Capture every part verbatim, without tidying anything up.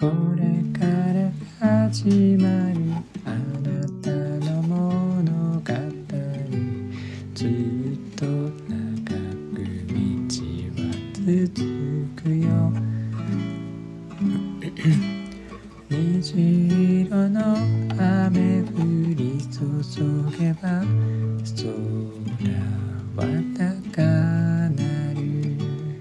これから始まるあなたの物語、ずっと長く道は続くよ。虹色の雨降り注げば空は高鳴る。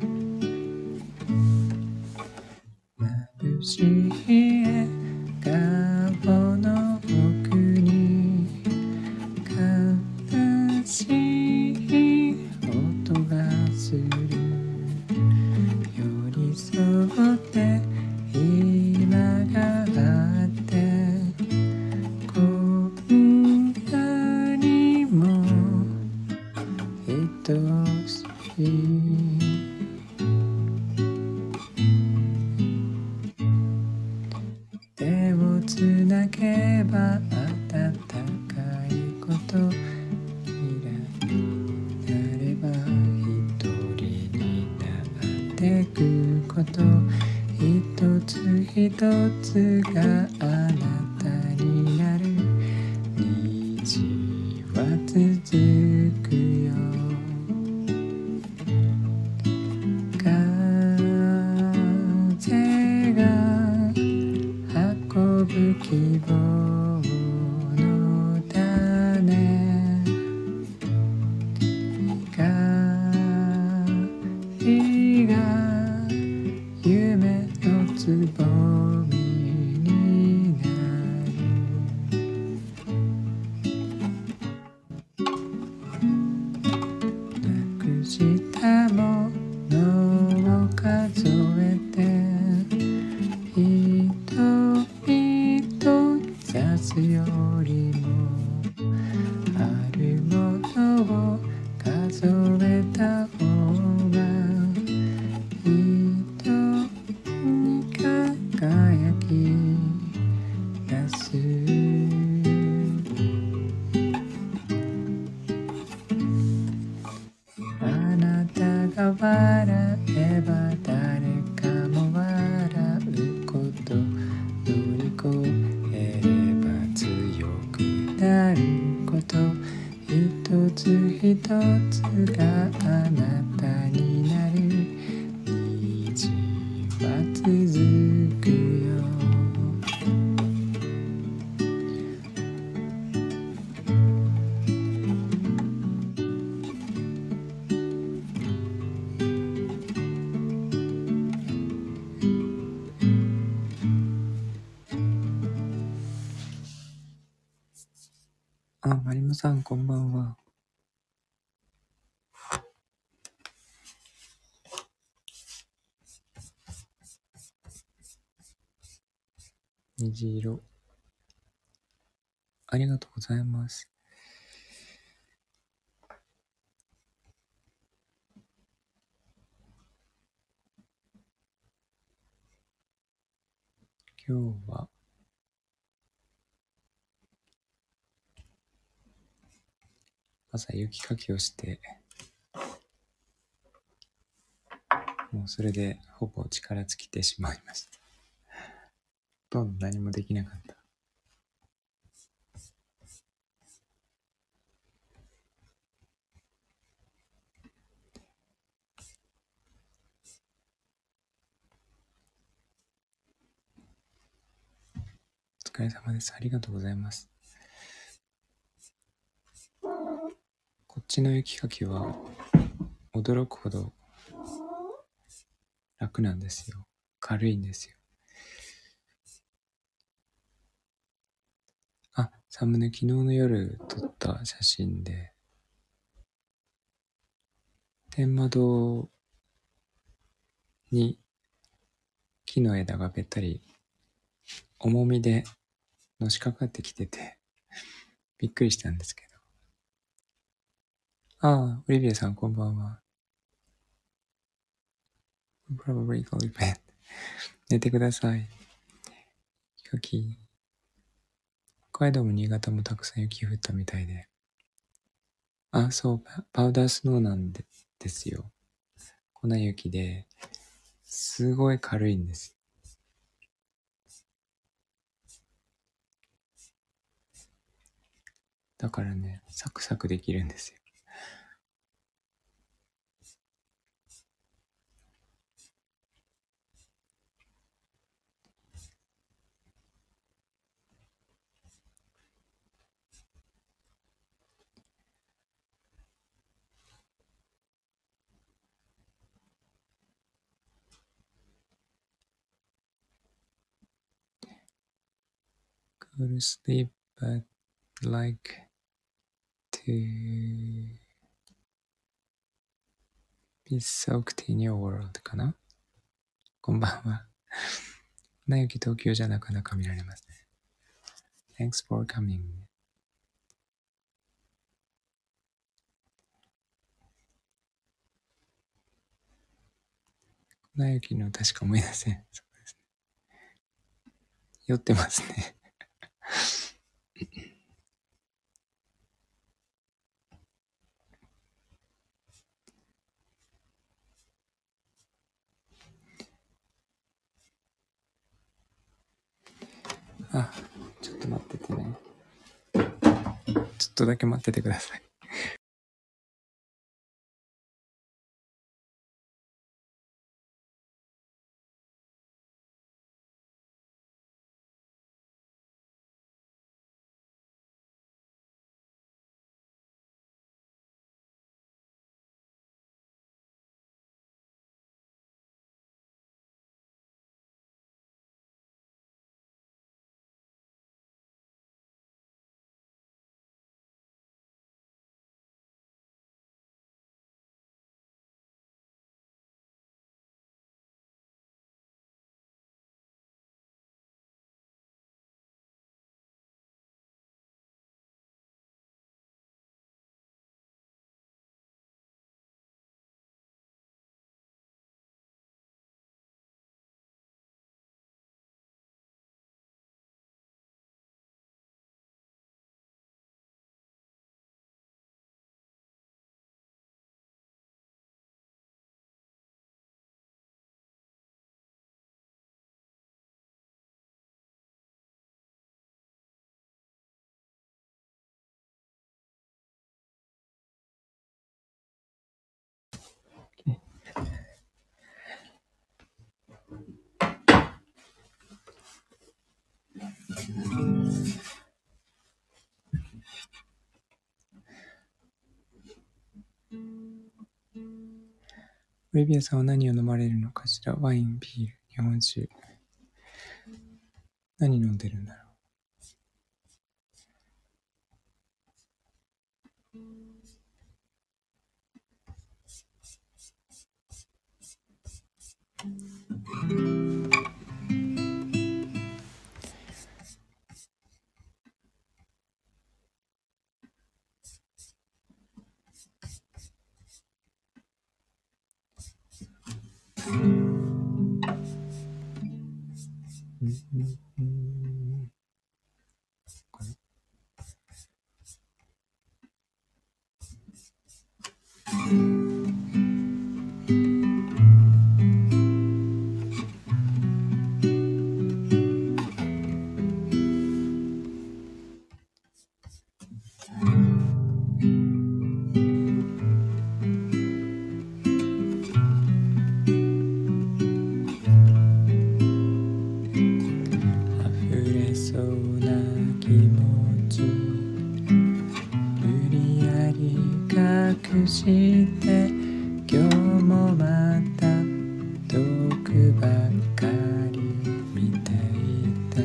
眩しい笑顔の奥に悲しい音がする。寄り添って今があってこんなにも愛しい。手をつなげば暖かいこと未来になれば一人になってくこと、一つ一つがあなたになる。虹は続くよ。風が運ぶ希望の種、光が夢のつぼみになる。なくしたものを数えて一人刺すよりもあるものを数えた方が人に輝き出す。あなたが笑えば誰かも笑うこと、乗り越えれば強くなること、一つ一つがあなたになる。虹は続くよ。あ、マリモさんこんばんは。虹色ありがとうございます。今日は朝雪かきをしてもうそれでほぼ力尽きてしまいました。ほとんど何もできなかった。お疲れ様です。ありがとうございます。こっちの雪かきは驚くほど楽なんですよ。軽いんですよ。あ、サムネ昨日の夜撮った写真で、天窓に木の枝がべったり重みでのしかかってきててびっくりしたんですけど。ああ、オリビエさんこんばんは。Probably go to bed. 寝てください。雪。北海道も新潟もたくさん雪降ったみたいで。あ、そう、パパウダースノーなんでですよ。粉雪で、すごい軽いんです。 だからね、サクサクできるんですよ。Go to sleep, but like to be soaked in your world かな。こんばんは。なゆき東京じゃなかなか見られますね。Thanks for coming. なゆきの確か思い出せん。そうですね。酔ってますね。あ、ちょっと待っててね。ちょっとだけ待っててください。オリビアさんは何を飲まれるのかしら。ワイン、ビール、日本酒。何飲んでるんだろう。して今日もまた遠くばかり見ていた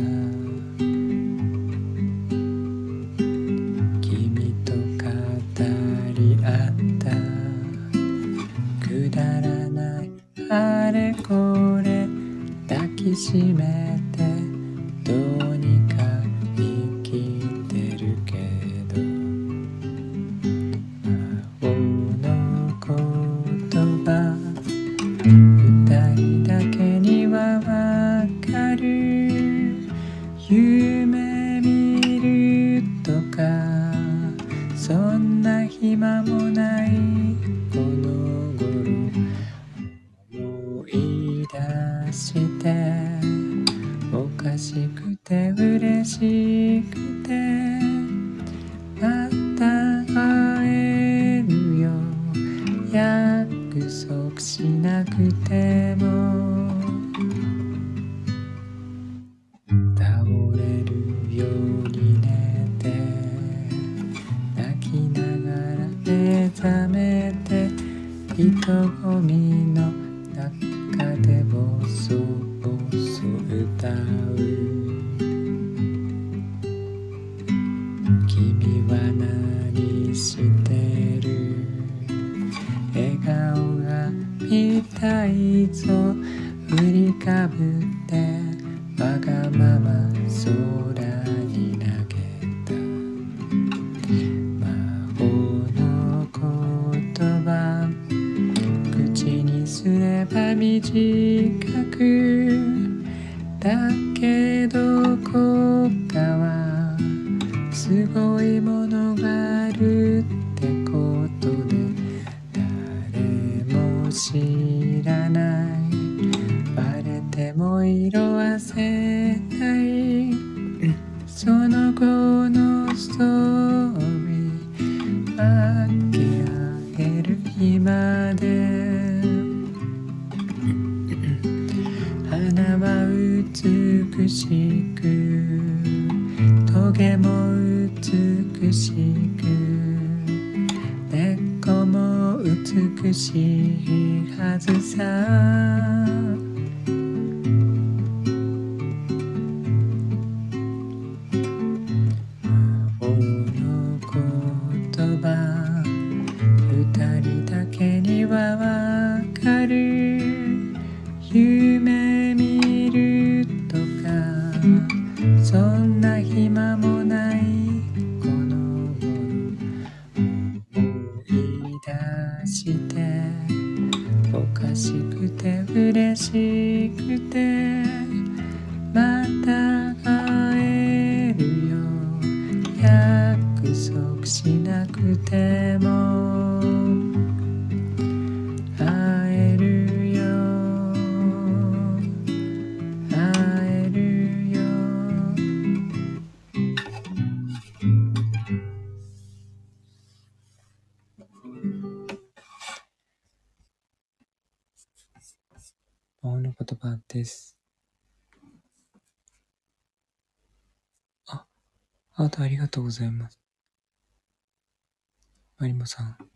君と語り合ったくだらないあれこれ抱きしめてどうにか生きてるけど二人だけにはわかる夢見るとかそんな暇もないこの頃思い出しておかしくて嬉しくてても倒れるように寝て泣きながら目覚めて人混みの中でボソボソ歌う君は何してる笑顔が見たいぞ振りかぶってわがまま空に投げた魔法の言葉口にすれば短くだけど効果はすごいものがあるってことで誰も知らないバレても色あせないその後のストーリー分けあげる日まで花は美しくトゲも美しく根っこも美しいはずさ魔法の言葉二人だけにはわかる夢見るとかそんな暇もないこの頃思い出しておかしくて嬉しくてまた会えるよ約束しなくても会えるよ会えるよ魔法の言葉です。あ、ハートありがとうございます。マリモさん、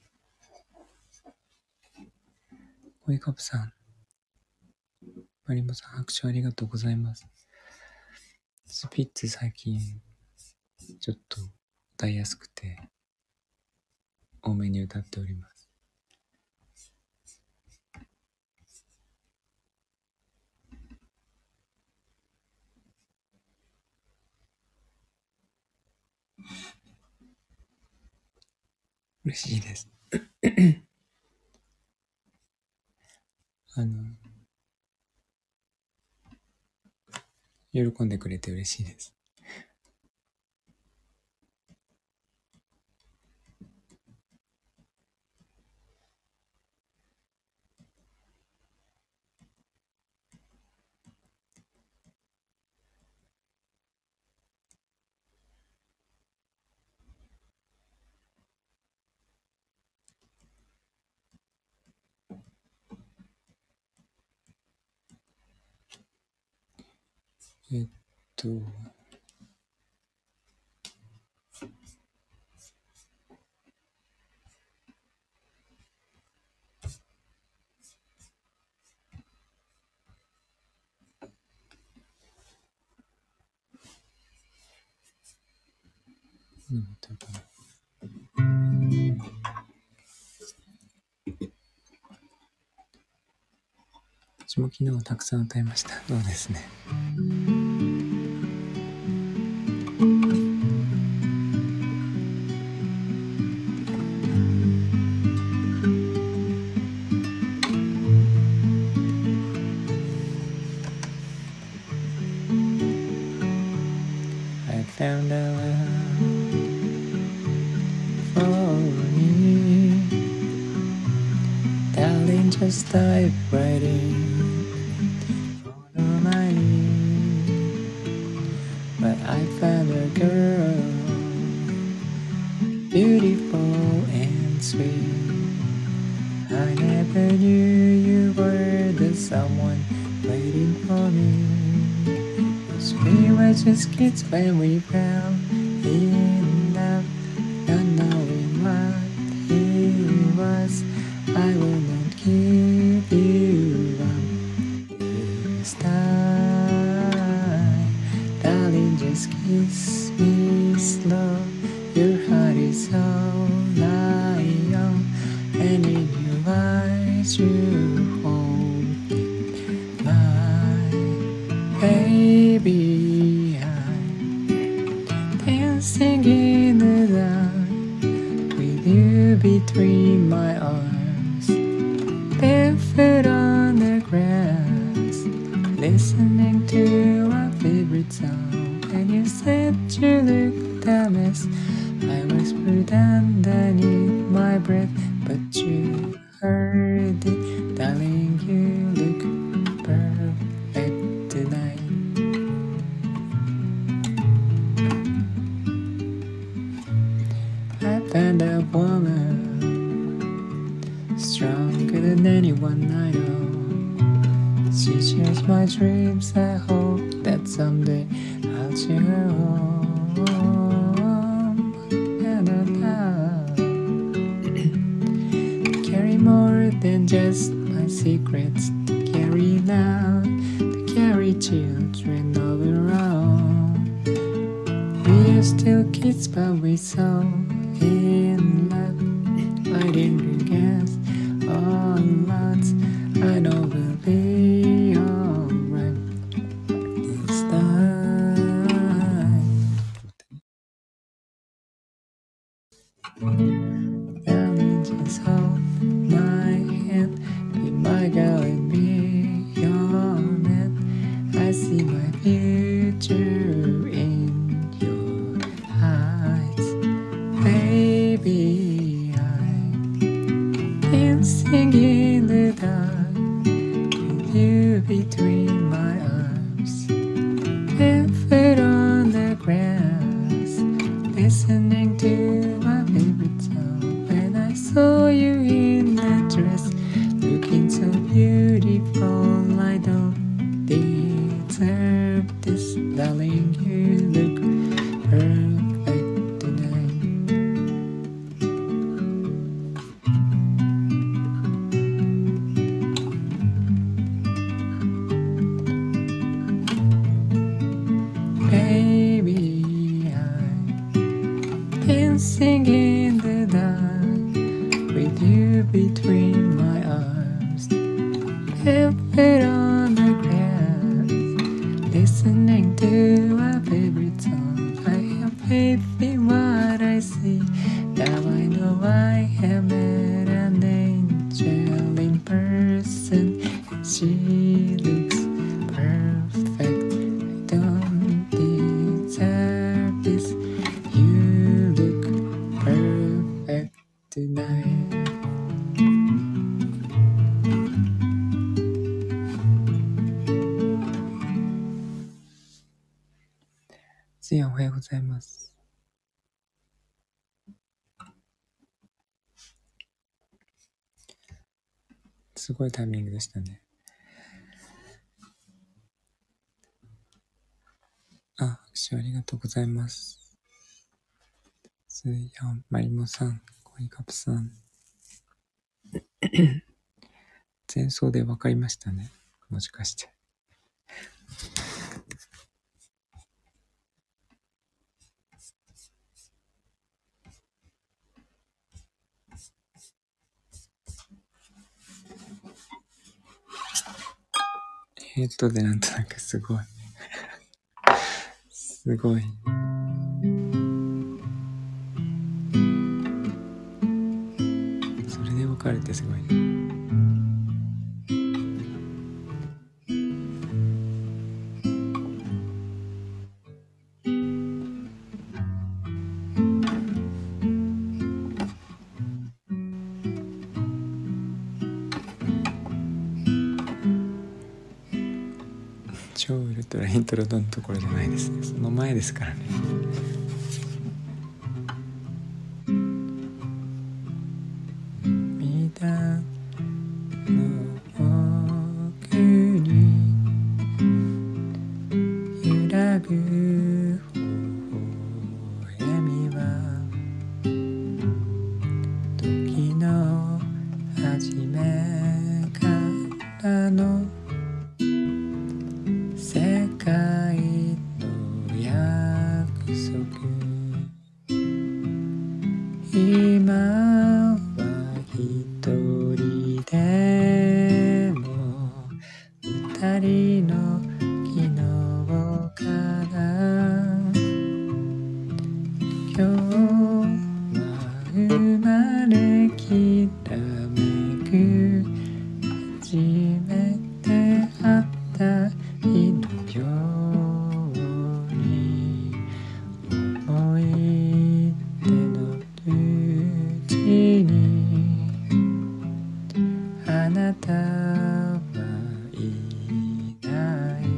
ホイカプさん、マリモさん拍手ありがとうございます。スピッツ最近ちょっと歌いやすくて多めに歌っております。嬉しいですあの喜んでくれて嬉しいです。えっと何歌うかな。私も昨日はたくさん歌いました。そうですね。I found a love for me. Darling, just dive right in. Follow my lead. But I found a girl, beautiful and sweet. I never knew you were just kids when we fell in love, not knowing what it was. I will not give you up this time. Darling, just kiss me slow. Your heart is all I own, and in your eyes you hold my baby. I'm dancing in the dark with you between my arms, barefoot on the grass, listening to our favorite song. And you said you looked a mess. I whispered underneath my breath, but you heard it. Darling, you look perfect tonight. I found a woman stronger than anyone I know. She shares my dreams. I hope that someday I'll cheer her home. Carry more than just my secrets to carry now, to carry children all around. We're still kids, but we're so in love. Why didn't you guess all lots? I know we'll be alright this time. Darling, just hold my hand, be my girl and be your man. I see my future in your eyes, baby. I'm dancing in the dark with you between my arms, barefoot on the grass, listening to my favorite song. When I saw you in that dress, looking so beautiful, I don't deserve this. Darling, you look perfect tonight. Baby, I'm dancing in the dark with you between my arms, barefoot on the grass, listening to our favorite song. I have faith in what I see. Now I know I have met an angel in person, and she looks perfect. I don't deserve this. You look perfect tonight. つやおはようございます。すごいタイミングでしたね。あ、拍手ありがとうございます。つや、まりもさん、コイカプさん。前奏で分かりましたね。もしかして。えーっとでなんとなくすごい。すごい。それで分かるってすごいね。超ウルトライントロのところじゃないですね。その前ですからね。見たの奥に揺らぐ二人の昨日から今日は生まれきらめく初めて会った日のように思い出のうちにあなたはいない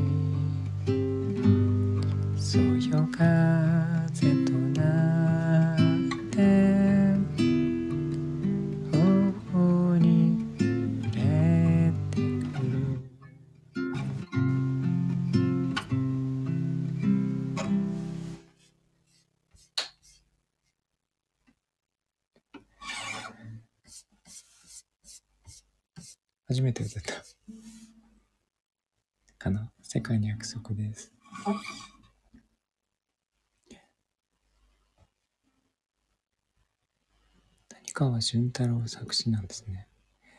そよ風となって頬に触れてくる初めて歌ったかな。世界の約束です。谷川俊太郎作詞なんですね。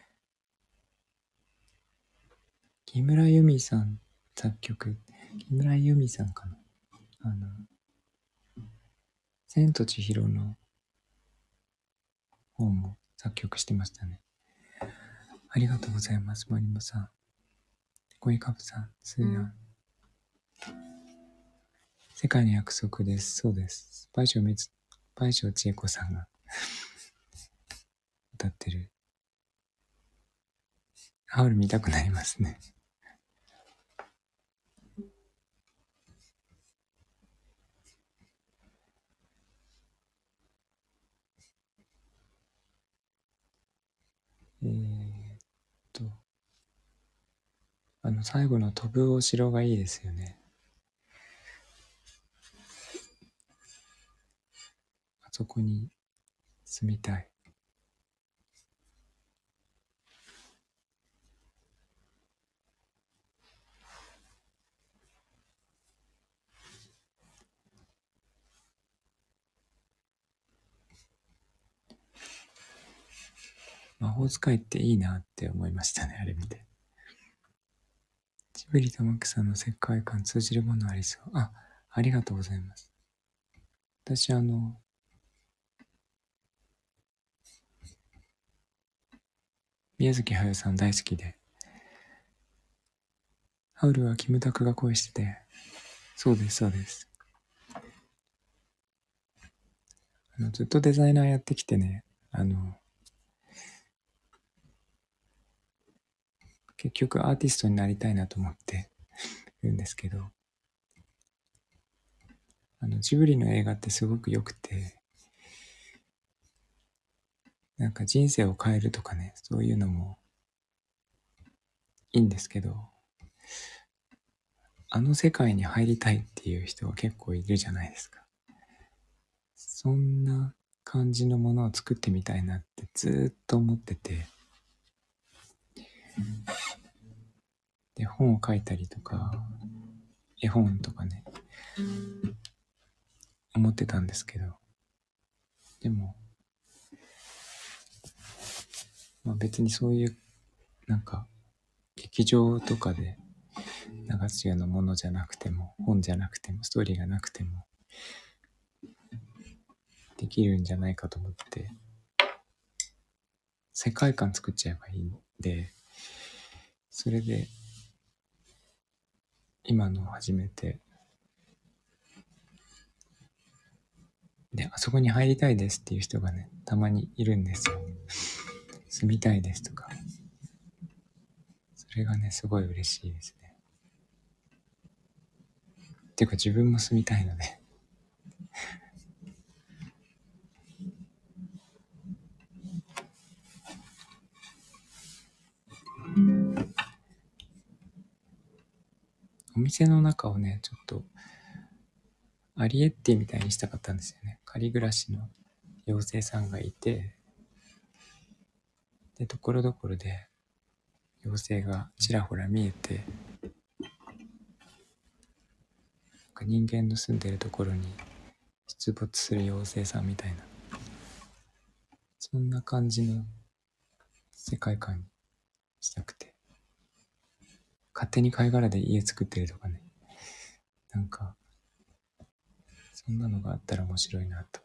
木村由美さん作曲。木村由美さんかな。あの千と千尋の方も作曲してましたね。ありがとうございます。マリモさん、コイカブさん、スーヤン。世界の約束です。そうです。倍賞みつ、倍賞千恵子さんが歌ってる。ハウル見たくなりますね。えーっと、あの最後の飛ぶお城がいいですよね。あそこに住みたい。魔法使いっていいなって思いましたね、あれ見て。ジブリとマックさんの世界観通じるものありそう。あ、ありがとうございます。私、あの、宮崎駿さん大好きで、ハウルはキムタクが恋してて、そうです、そうです。あのずっとデザイナーやってきてね、あの、結局アーティストになりたいなと思ってるんですけど、あのジブリの映画ってすごく良くて、なんか人生を変えるとかね、そういうのもいいんですけど、あの世界に入りたいっていう人は結構いるじゃないですか。そんな感じのものを作ってみたいなってずっと思ってて、で本を書いたりとか絵本とかね思ってたんですけど、でも、まあ、別にそういうなんか劇場とかで流すようなものじゃなくても、本じゃなくても、ストーリーがなくてもできるんじゃないかと思って、世界観作っちゃえばいいんで、それで今のを始めて、であそこに入りたいですっていう人がねたまにいるんですよ。住みたいですとか、それがねすごい嬉しいですね。っていうか自分も住みたいのでお店の中をねちょっとアリエッティみたいにしたかったんですよね。仮暮らしの妖精さんがいて、でところどころで妖精がちらほら見えて、人間の住んでるところに出没する妖精さんみたいな、そんな感じの世界観にしたくて勝手に貝殻で家作ってるとかね。なんか、そんなのがあったら面白いなと。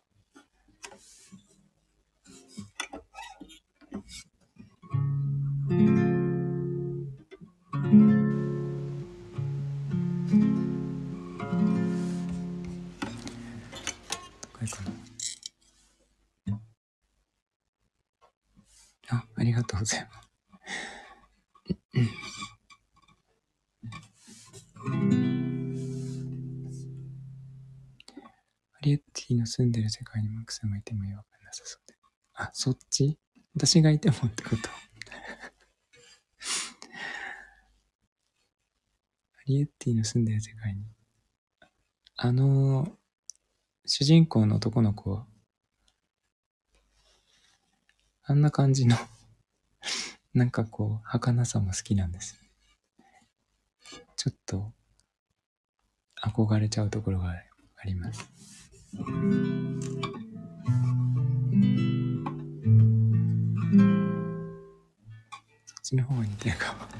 高いかな。あ、ありがとうございます。アリエッティの住んでる世界にマックスがいても違和感なさそうで。あ、そっち？私がいてもってこと？アリエッティの住んでる世界に。あの、主人公の男の子は、あんな感じの、なんかこう、儚さも好きなんです。ちょっと、憧れちゃうところがあります。そっちの方が似てるかも。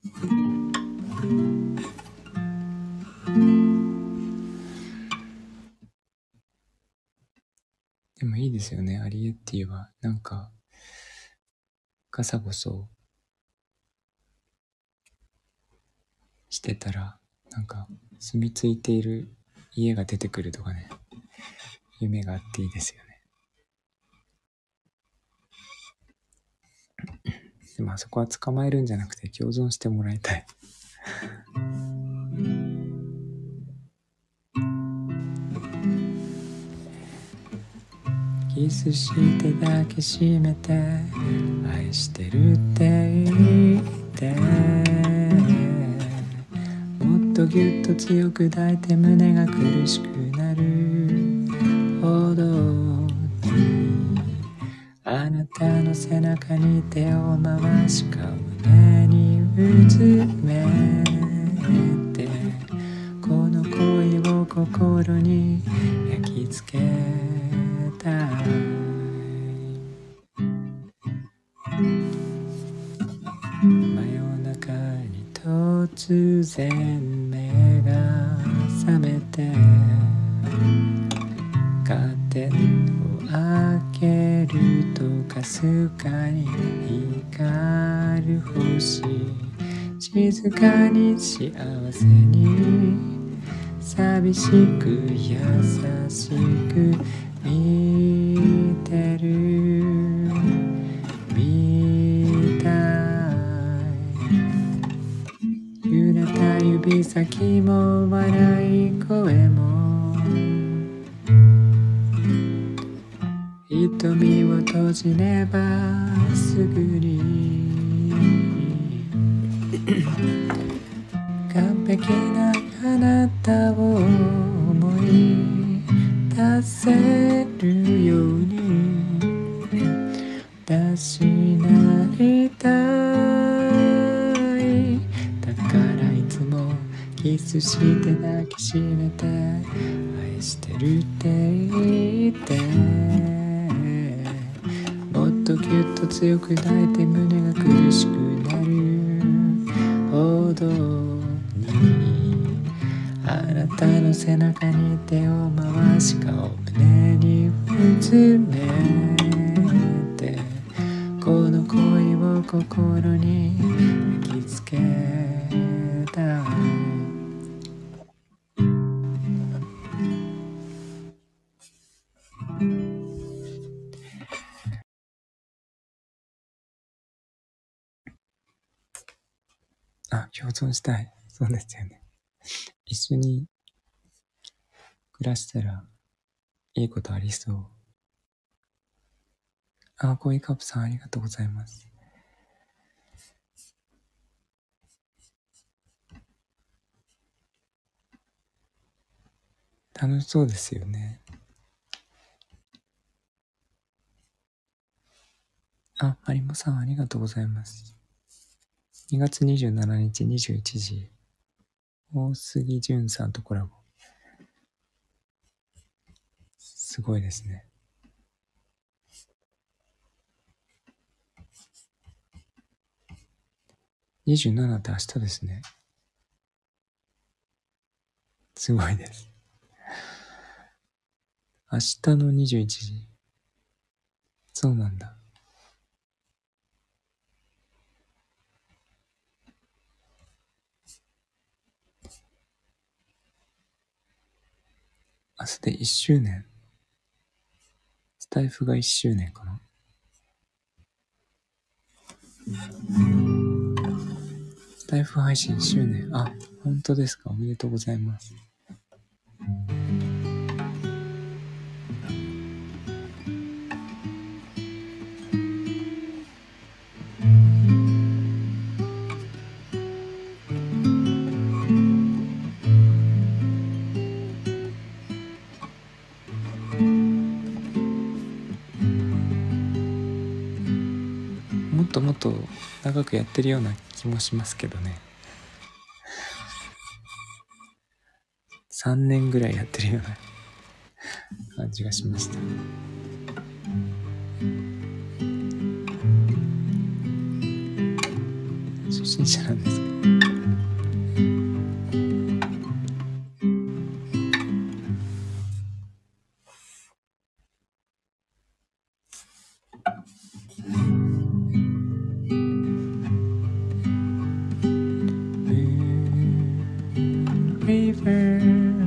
でもいいですよね、アリエッティは。なんか、ガサゴソしてたら、なんか、住み着いている家が出てくるとかね、夢があっていいですよね。でもあそこは捕まえるんじゃなくて共存してもらいたい。キスして抱きしめて愛してるって言ってもっとぎゅっと強く抱いて胸が苦しくなるほどにあなたの背中に手を回し顔胸にうずめてこの恋を心に焼き付けたい真夜中に突然目が覚めてカーテンを開けるとかすかに光る星静かに幸せに寂しく優しく見てるみたい揺れた指先も笑い声も瞳を閉じればすぐに完璧なあなたを思い出せるように私なりたいだからいつもキスして抱きしめて愛してるって言ってもっとぎゅっと強く抱いて胸が苦しくなるほどにあなたの背中に手を回し顔胸にうつめてこの恋を心に焼き付けたいあ、共存したい。そうですよね。一緒に暮らしたらいいことありそう。あ、コーヒーカップさんありがとうございます。楽しそうですよね。あ、マリモさんありがとうございます。にがつにじゅうしちにちにじゅういちじ、大杉淳さんとコラボ。すごいですね。 にじゅうしちって明日ですね。すごいです。明日のにじゅういちじ。そうなんだ。明日でいっしゅうねん。スタイフがいっしゅうねんかな。スタイフ配信いっしゅうねん。あ、本当ですか。おめでとうございます。もっともっと長くやってるような気もしますけどね。さんねんぐらいやってるような感じがしました。初心者なんですか。River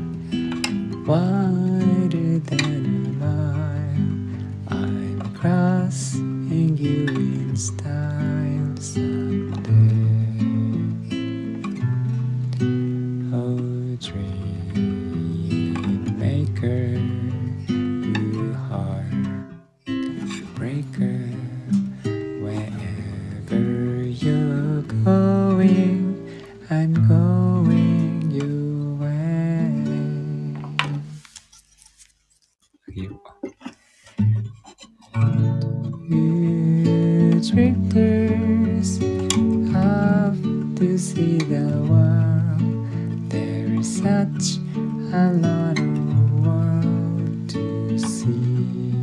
wider than a mile, I'm crossing you in style someday. Oh, dream maker, you heartbreaker, wherever you're going, I'm going your way. You drifters off to see the world. There is such a lot of world to see.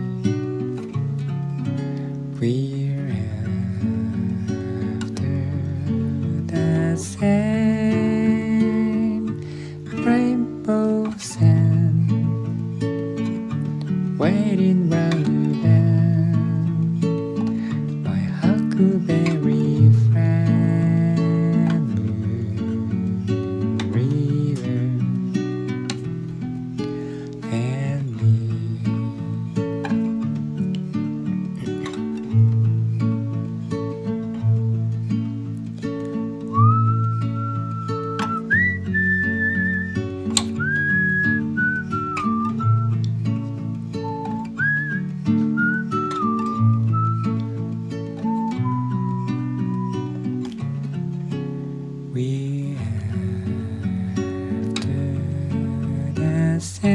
We're after the same rainbow sand, waiting round the bend. My huckleberry friend, Moon River, and me. We after the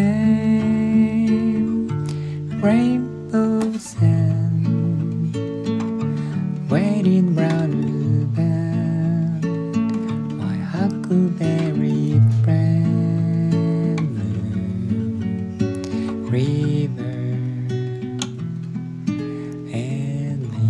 same rainbow sand, waiting round the bend. My huckleberry friend, Moon River, and me.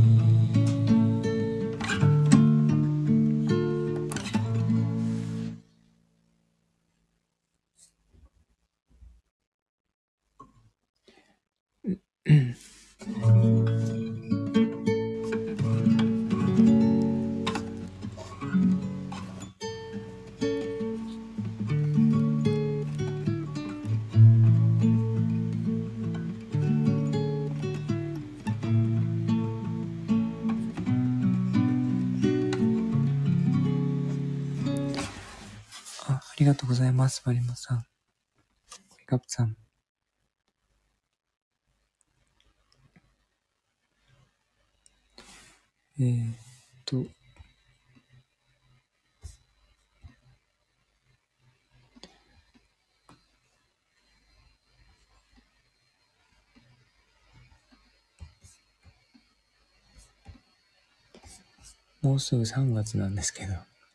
Mm. あ、ありがとうございます、マリモさん。ガプさん。えーっと、もうすぐさんがつなんですけど、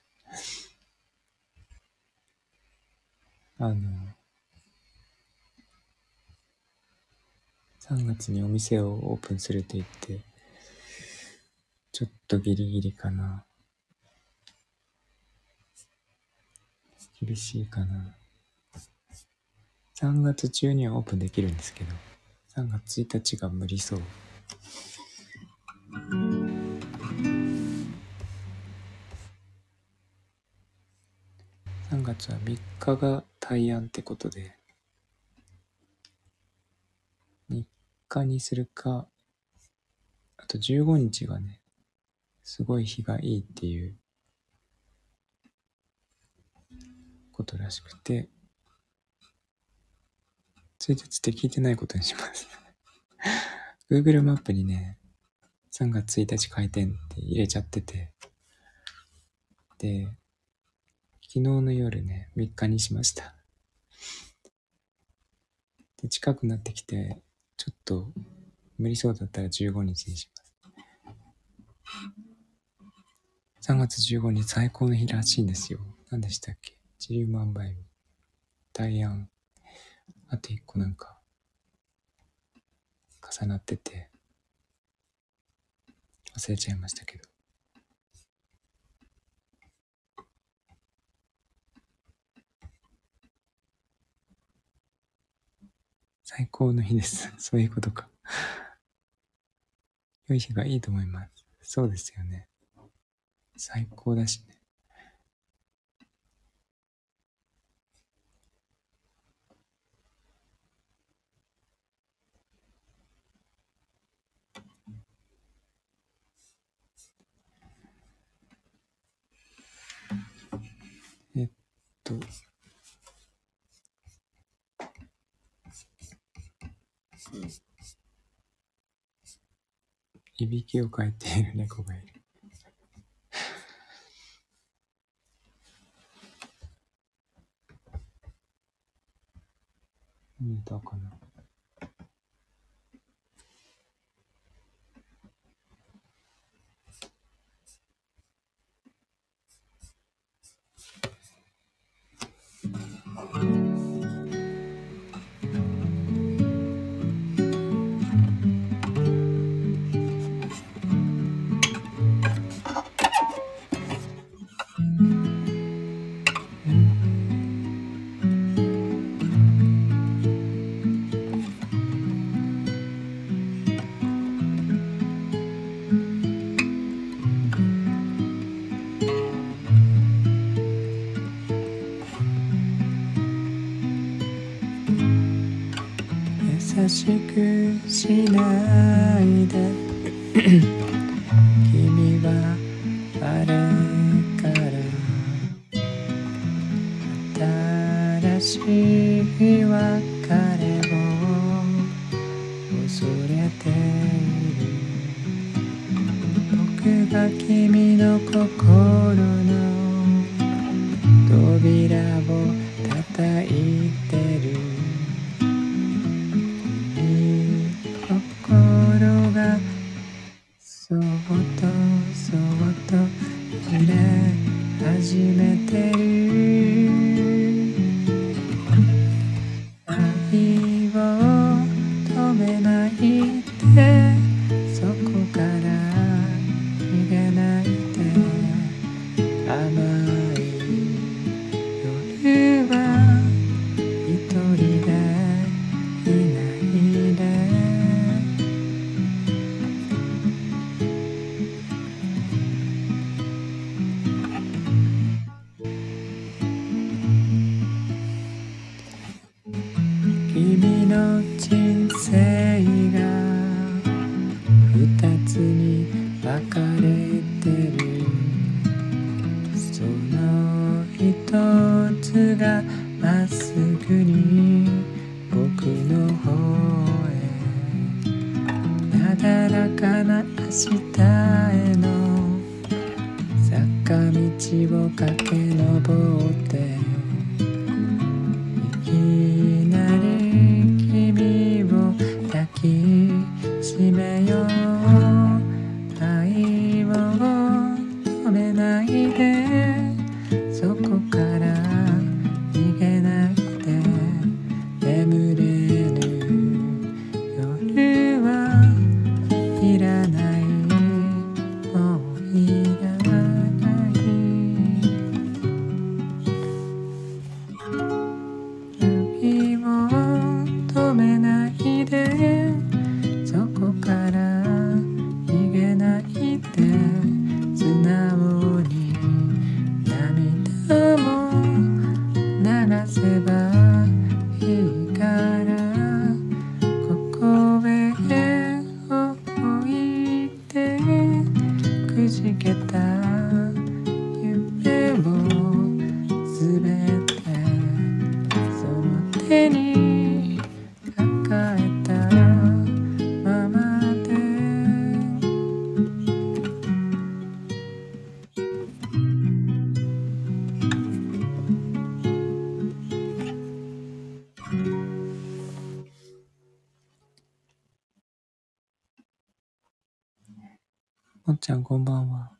あの、さんがつにお店をオープンすると言って、ちょっとギリギリかな。 厳しいかな。さんがつ中にはオープンできるんですけど、さんがつついたちが無理そう。さんがつはみっかが大安ってことで、みっかにするか、あとじゅうごにちがね、すごい日がいいっていうことらしくて、ついたちって聞いてないことにします。Google マップにね、さんがつついたち開店って入れちゃってて、で、昨日の夜ね、みっかにしました。で、近くなってきて、ちょっと無理そうだったらじゅうごにちにします。さんがつじゅうごにち最高の日らしいんですよ。何でしたっけ？一粒万倍日、大安、あといっこなんか重なってて忘れちゃいましたけど、最高の日です。そういうことか。良い日がいいと思います。そうですよね。最高だしね。えっと、いびきをかいている猫がいる。見えたかな。優しくしないで君はあれから新しい別れを恐れている。僕が君の心の扉を叩いてる。心がそっとそっと揺れ始めてる。愛を止めないで、そこから逃げないで。甘い夜は一人でいないで。君の人生が二つに分かれてる。その一つがまっすぐに僕の方へ、なだらかな明日への坂道を駆け上っていきなり君を抱きしめよう。愛を止めないで、そこから逃げないで。眠れぬ夜はいらない、もういらない。 せばいいからここへ置いてくじけた夢をすべてその手に抱えたままでもっちゃんこんばんは。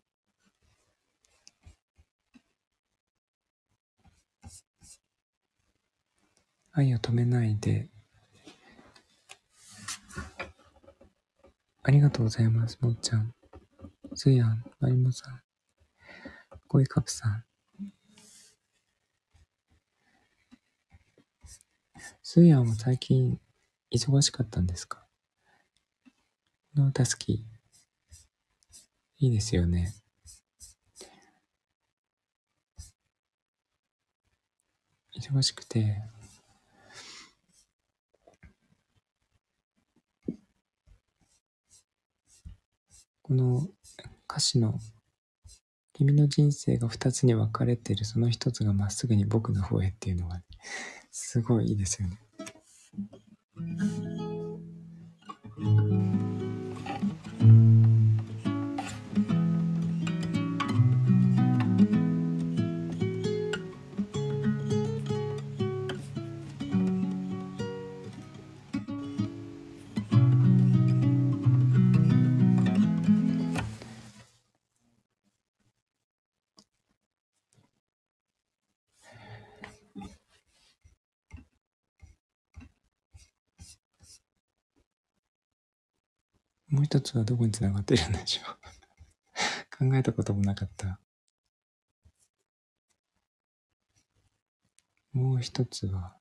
愛を止めないで。ありがとうございます。もっちゃん、すやん、まりもさん、こいかぷさん。すやんは最近忙しかったんですか？この歌好き。いいですよね。忙しくてこの歌詞の君の人生が二つに分かれているその一つがまっすぐに僕の方へっていうのがすごいいいですよね。もう一つはどこにつながってるんでしょう考えたこともなかった。もう一つは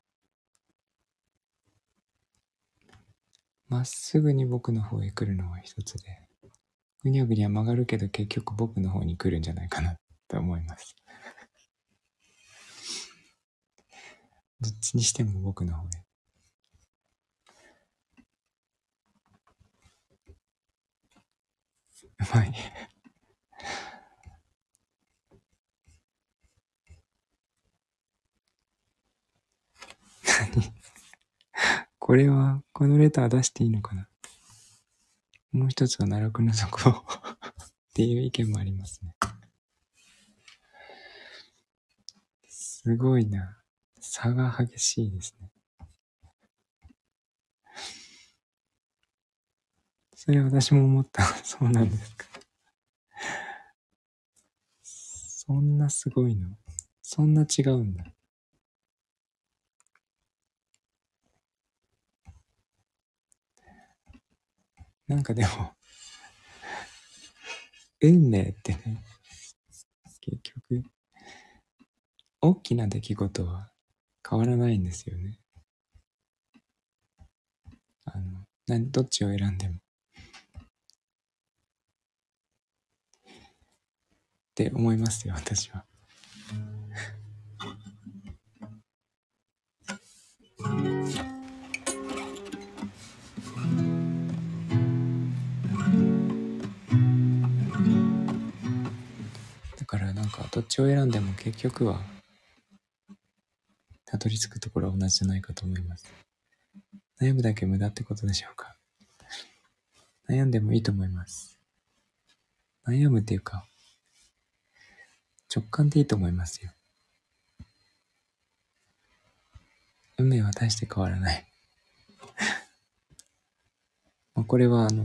まっすぐに僕の方へ来るのが一つで、ぐにゃぐにゃ曲がるけど結局僕の方に来るんじゃないかなと思います。どっちにしても僕の方へ。うまい。何これは、このレター出していいのかな。もう一つは奈落の底っていう意見もありますね。すごいな。差が激しいですね。それ私も思った。そうなんですか。そんなすごいの？そんな違うんだ。なんかでも、運命ってね、結局、大きな出来事は変わらないんですよね。あの、何、どっちを選んでも。って思いますよ、私は。だからなんか、どっちを選んでも結局は、たどり着くところは同じじゃないかと思います。悩むだけ無駄ってことでしょうか。悩んでもいいと思います。悩むっていうか、直感でいいと思いますよ。運命は大して変わらない。まあこれはあの、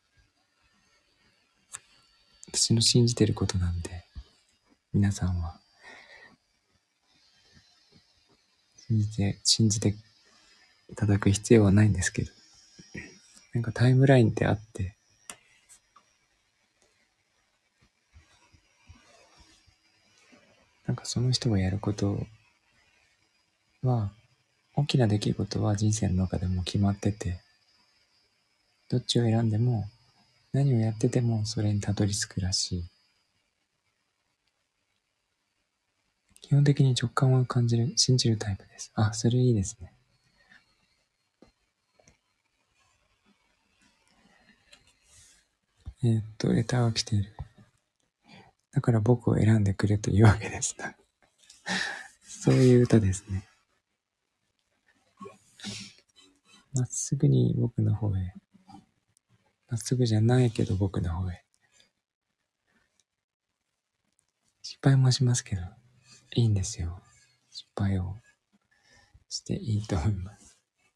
私の信じてることなんで、皆さんは信じて、信じていただく必要はないんですけど、なんかタイムラインってあって、なんかその人がやることは、大きな出来事は人生の中でも決まってて、どっちを選んでも、何をやっててもそれにたどり着くらしい。基本的に直感を感じる、信じるタイプです。あ、それいいですね。えーっと、レターが来ている。だから僕を選んでくれというわけです。そういう歌ですね。まっすぐに僕の方へ。まっすぐじゃないけど僕の方へ。失敗もしますけど、いいんですよ。失敗をしていいと思います。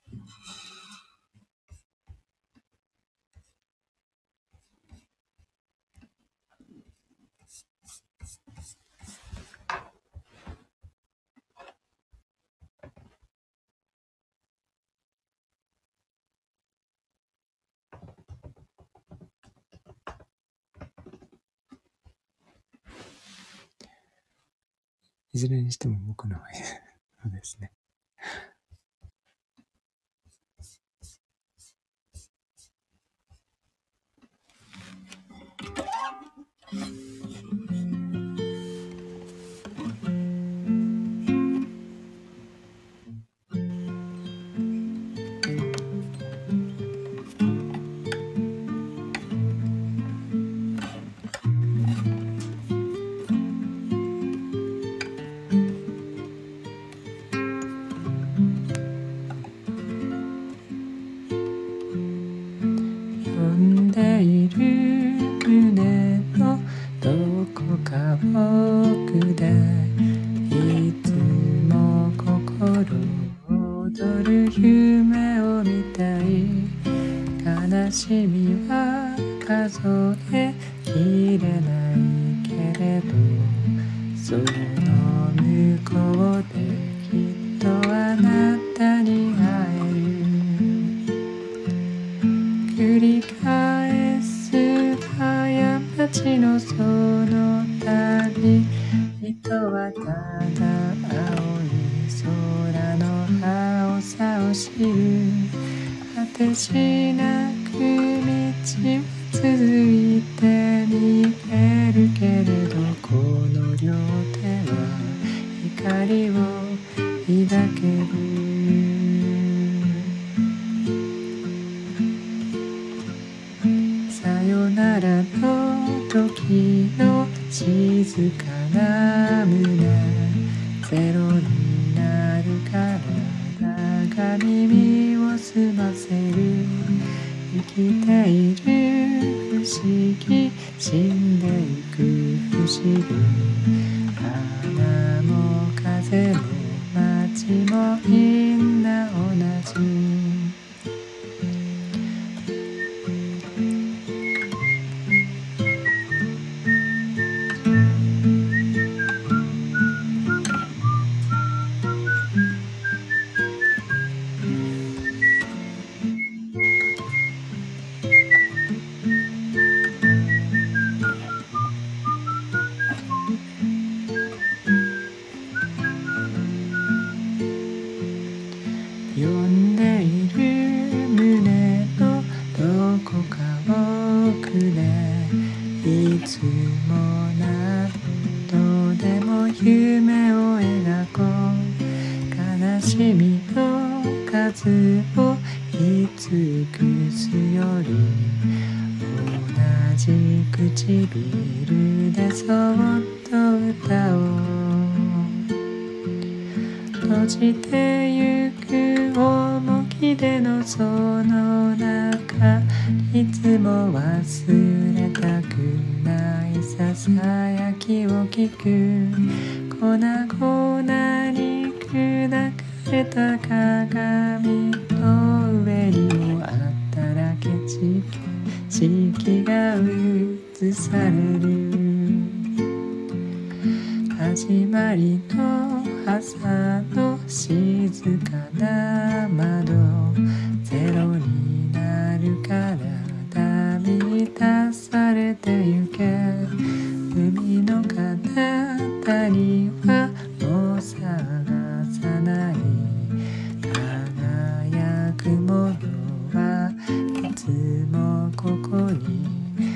いずれにしても僕の方へ。そうですね。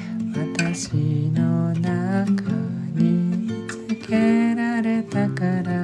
私の中につけられたから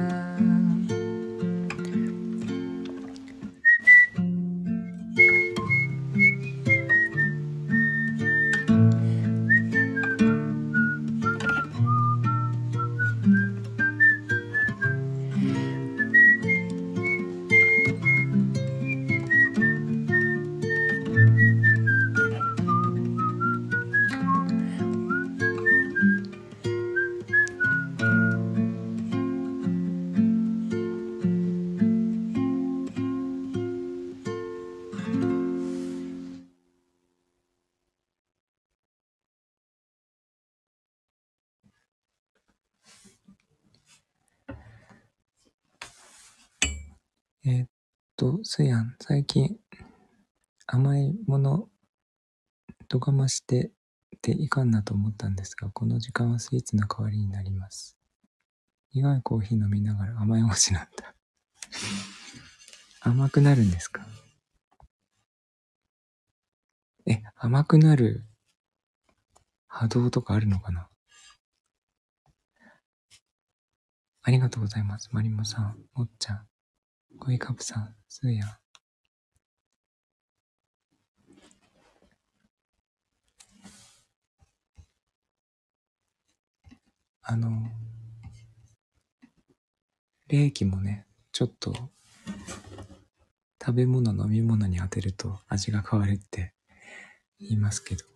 えーっと、すやん、最近甘いもの度が増してていかんなと思ったんですが、この時間はスイーツの代わりになります。苦いコーヒー飲みながら甘いおしなんだ。甘くなるんですか？え、甘くなる波動とかあるのかな？ありがとうございます。マリモさん、もっちゃん、コイカプさん、スーヤン。あの、冷気もね、ちょっと食べ物、飲み物に当てると味が変わるって言いますけど、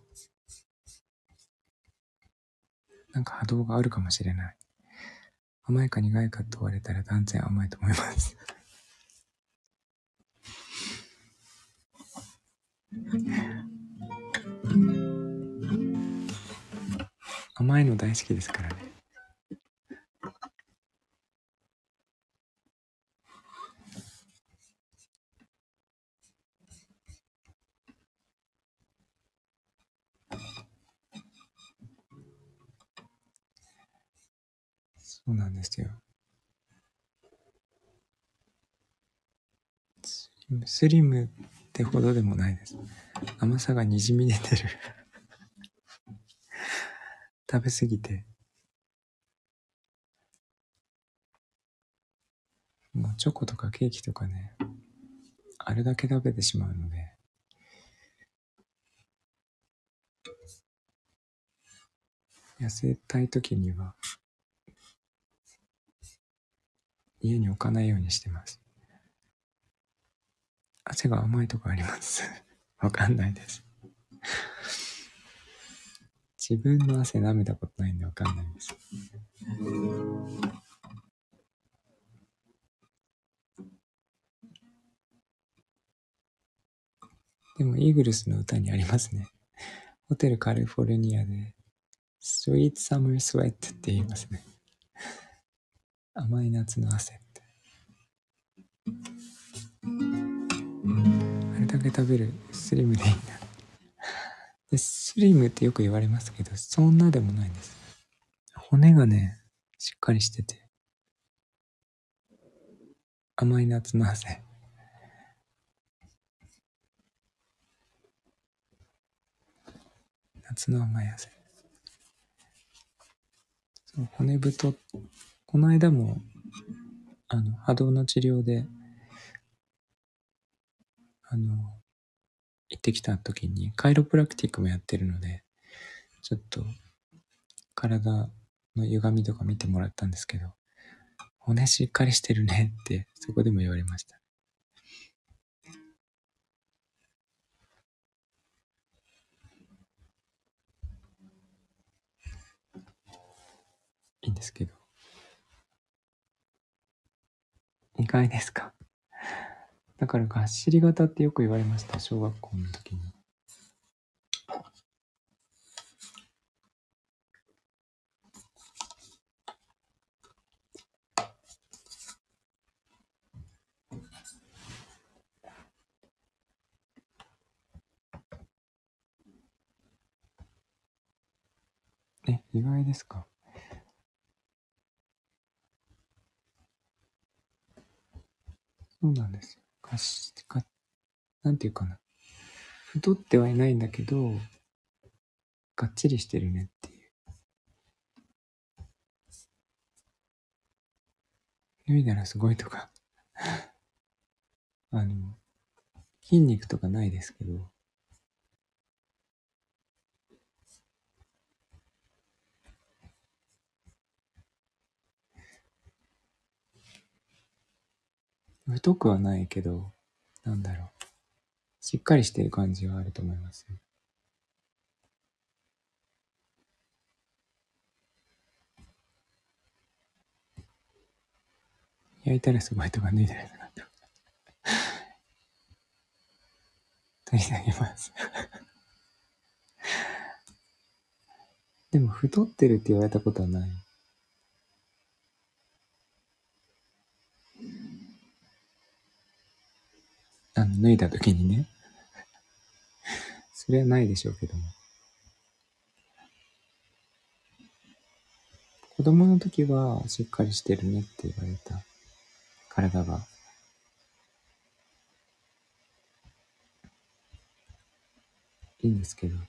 なんか波動があるかもしれない。甘いか苦いかと言われたら断然甘いと思います。甘いの大好きですからね。そうなんですよ。スリム、スリムってほどでもないです。甘さがにじみ出てる。食べ過ぎて。もうチョコとかケーキとかね、あれだけ食べてしまうので、痩せたい時には家に置かないようにしてます。汗が甘いとかあります。わかんないです。自分の汗舐めたことないんでわかんないです。でもイーグルスの歌にありますね。ホテルカリフォルニアで Sweet Summer Sweat って言いますね。甘い夏の汗って。あれだけ食べるスリムでいいんだ。で、スリムってよく言われますけど、そんなでもないんです。骨がね、しっかりしてて、甘い夏の汗。夏の甘い汗。そう、骨太。この間も、あの、波動の治療で、あの、行ってきた時に、カイロプラクティックもやってるので、ちょっと、体の歪みとか見てもらったんですけど、骨しっかりしてるねって、そこでも言われました。いいんですけど。意外ですか？だから、がっしり型ってよく言われました、小学校の時に。え、意外ですか？そうなんですよ。がっしが、なんていうかな。太ってはいないんだけど、がっちりしてるねっていう。脱いだらすごいとか、あの、筋肉とかないですけど、太くはないけど、なんだろう。しっかりしてる感じはあると思いますよ。焼いたらすごいとか脱いだらすごいとか。脱いであげます。でも太ってるって言われたことはない。 あの脱いだ時にね、それはないでしょうけども、子供の時はしっかりしてるねって言われた。体がいいんですけど、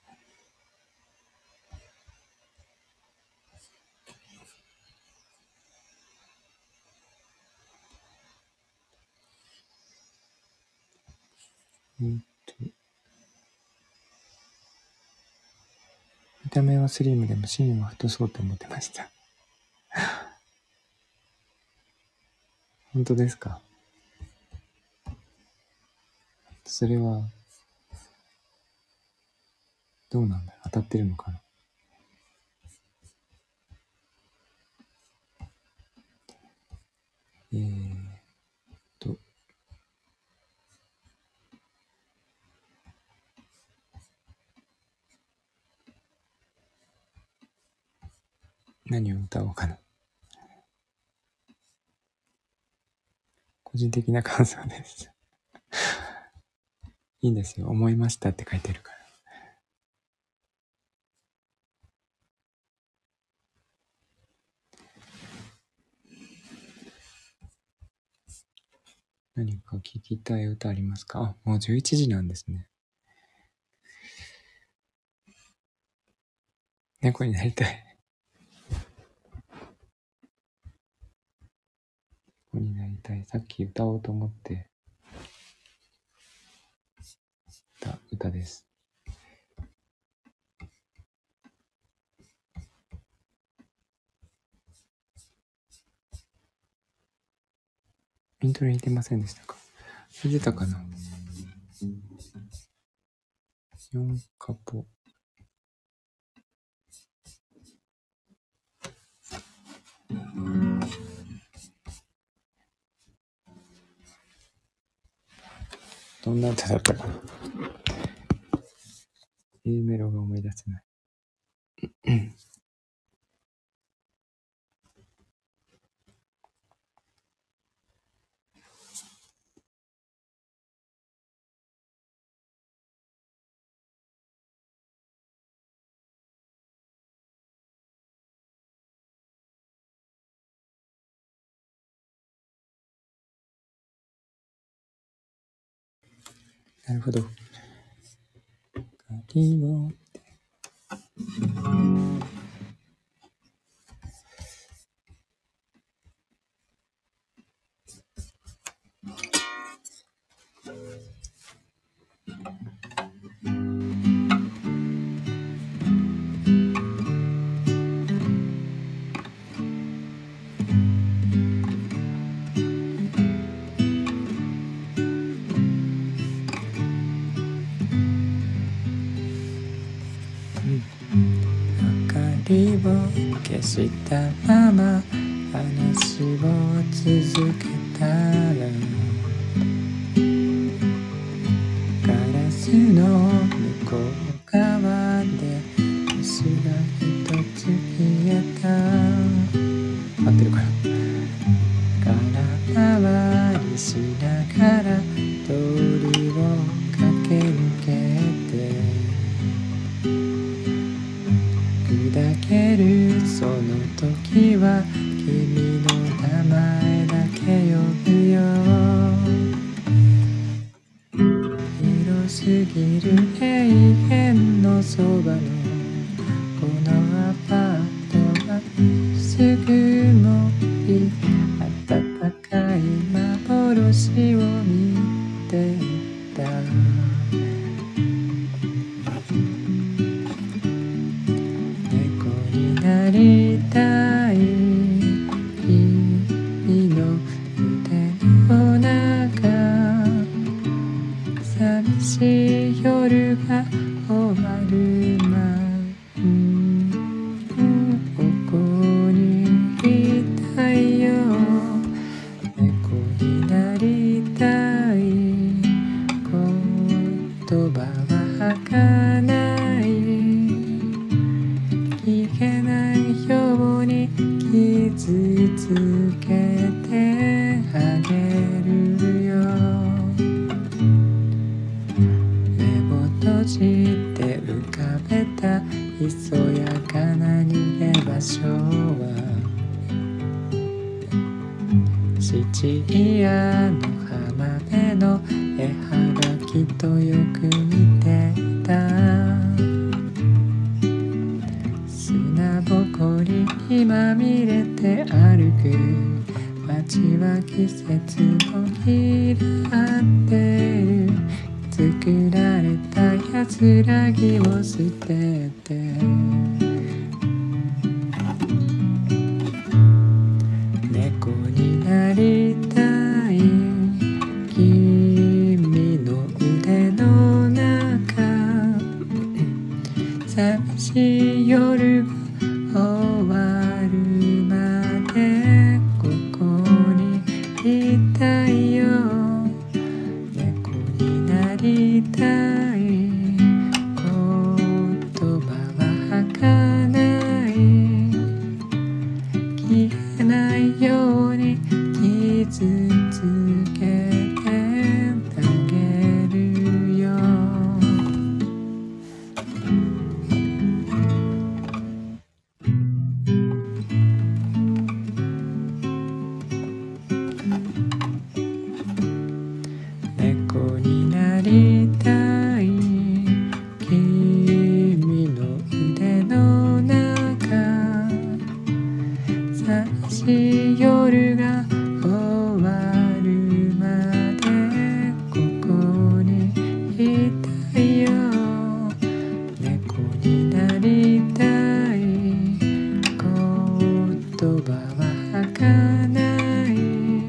えーっと見た目はスリムでも芯は太そうと思ってました。本当ですか？それはどうなんだろう、当たってるのかな。えーっと何を歌おうかな。個人的な感想です。いいんですよ。思いましたって書いてるから。何か聞きたい歌ありますか？あ、もうじゅういちじなんですね。猫になりたい。猫になりたい。さっき歌おうと思ってた歌です。イントロ弾いてませんでしたか？弾いてたかな？よんカポ。どんな歌だったかな。 A メロが思い出せない。なるほど。鍵をを消したまま話を続けたら、ガラスの向こう側で星が一つ消えた。合ってるかな。空回りしながら通りを駆け抜けて、砕けるその時は君の名前だけ呼ぶよ。広すぎる永遠のそばのこのアパートはすぐもい暖かい幻を見ていた。なりたい君の腕の中、寂しい夜七夜の浜辺の絵はがきとよく見てた。砂ぼこりにまみれて歩く街は季節を開ってる。作られた安らぎを捨てて猫になりたい。君の腕の中寂しい夜が終わるまでここにいたいよ。猫になりたい。言葉は儚い。消えないように傷つけてあげるよ。猫になりたい。君の腕の中寂しい夜が終わるまでここにいたいよ。猫になりたい。言葉は儚い。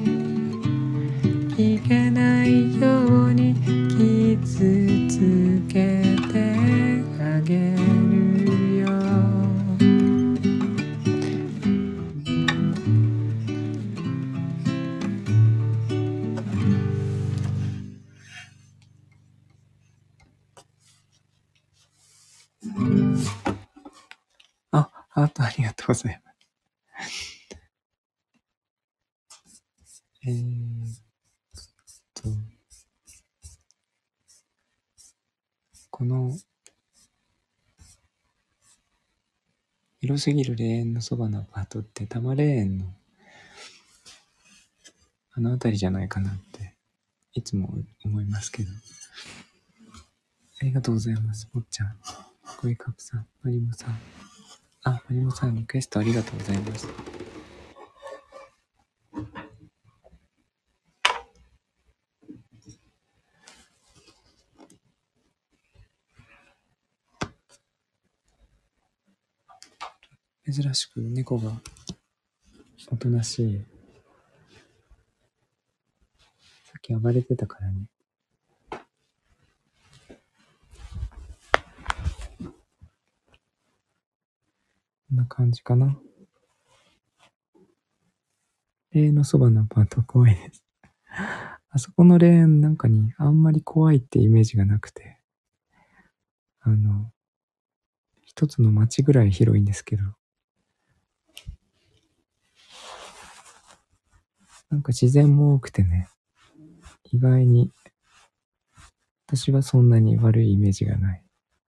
いけないように傷つけてあげるよ。あ、ハートありがとうございます。えーっとこの広すぎる霊園のそばのアパートって多摩霊園のあの辺りじゃないかなっていつも思いますけど。ありがとうございます。もっちゃん、コイカプさん、マリモさん。あ、マリモさんリクエストありがとうございます。珍しく猫がおとなしい。さっき暴れてたからね。こんな感じかな。霊園のそばのアパート怖いです。あそこの霊園なんかにあんまり怖いってイメージがなくて、あの一つの町ぐらい広いんですけど、なんか自然も多くてね、意外に私はそんなに悪いイメージがない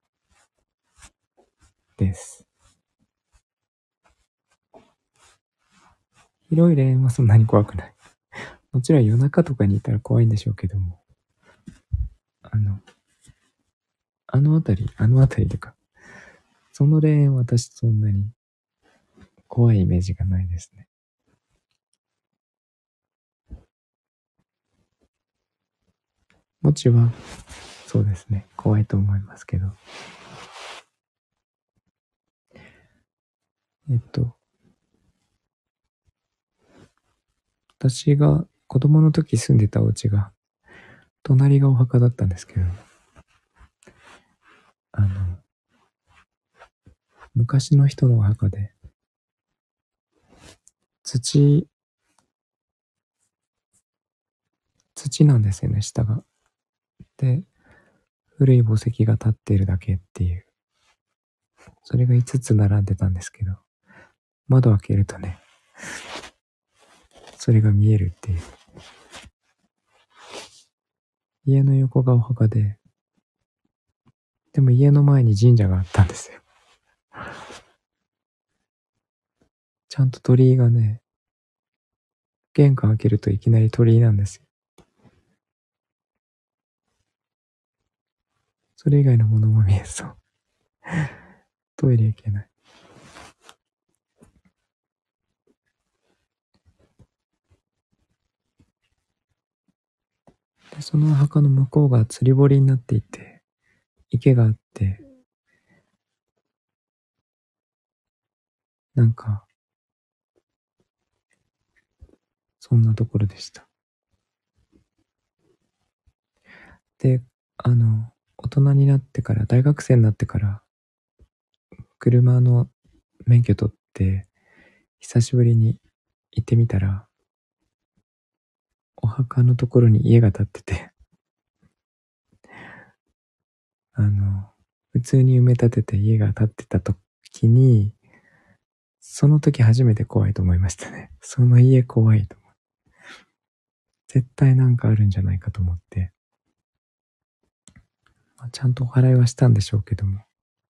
です。広い霊園はそんなに怖くない。もちろん夜中とかにいたら怖いんでしょうけども、あのあの辺りあの辺りとかその霊園は私そんなに怖いイメージがないですね。もちはそうですね、怖いと思いますけど、えっと私が子供の時住んでたお家が隣がお墓だったんですけど、あの昔の人のお墓で土土なんですよね、下が。で、古い墓石が立っているだけっていう。それがいつつ並んでたんですけど、窓開けるとね、それが見えるっていう。家の横がお墓で、でも家の前に神社があったんですよ。ちゃんと鳥居がね、 玄関開けるといきなり鳥居なんですよ。それ以外のものも見えそう。トイレ行けない。で、その墓の向こうが釣り堀になっていて、池があって、なんか、そんなところでした。で、あの、大人になってから、大学生になってから、車の免許取って、久しぶりに行ってみたら、お墓のところに家が建ってて、あの、普通に埋め立てて家が建ってた時に、その時初めて怖いと思いましたね。その家怖いと思う。絶対なんかあるんじゃないかと思って、まあ、ちゃんとお祓いはしたんでしょうけども。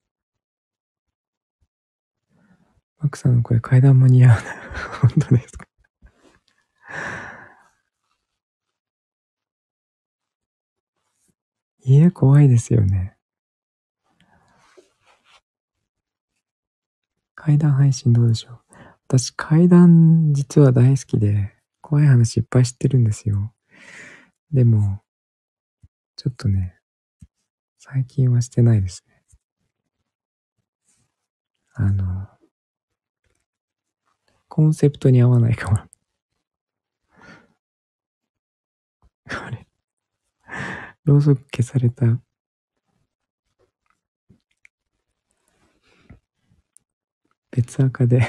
マックさんの声階段間に合うな。本当ですか？家怖いですよね。階段配信どうでしょう？私階段実は大好きで、怖い話いっぱい知ってるんですよ。でも、ちょっとね、最近はしてないですね。あの、コンセプトに合わないかも。あれ、ろうそく消された。別赤で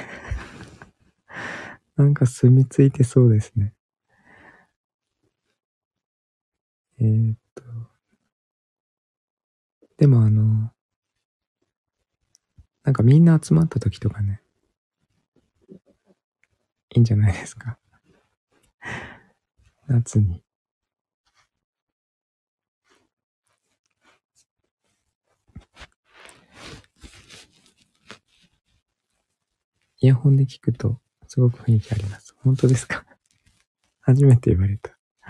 なんか住み着いてそうですね。えー、っと、でもあの、なんかみんな集まった時とかね、いいんじゃないですか。夏に。イヤホンで聞くとすごく雰囲気あります。本当ですか？初めて言われた。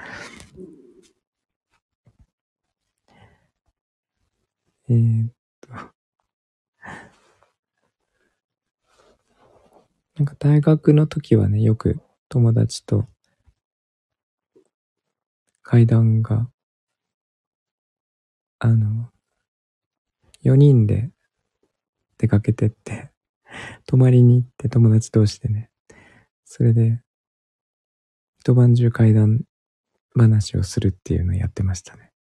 えー、っと、なんか大学の時はね、よく友達と階段が、あの、よにんで出かけてって、泊まりに行って友達同士でね、それで一晩中階段話をするっていうのをやってましたね。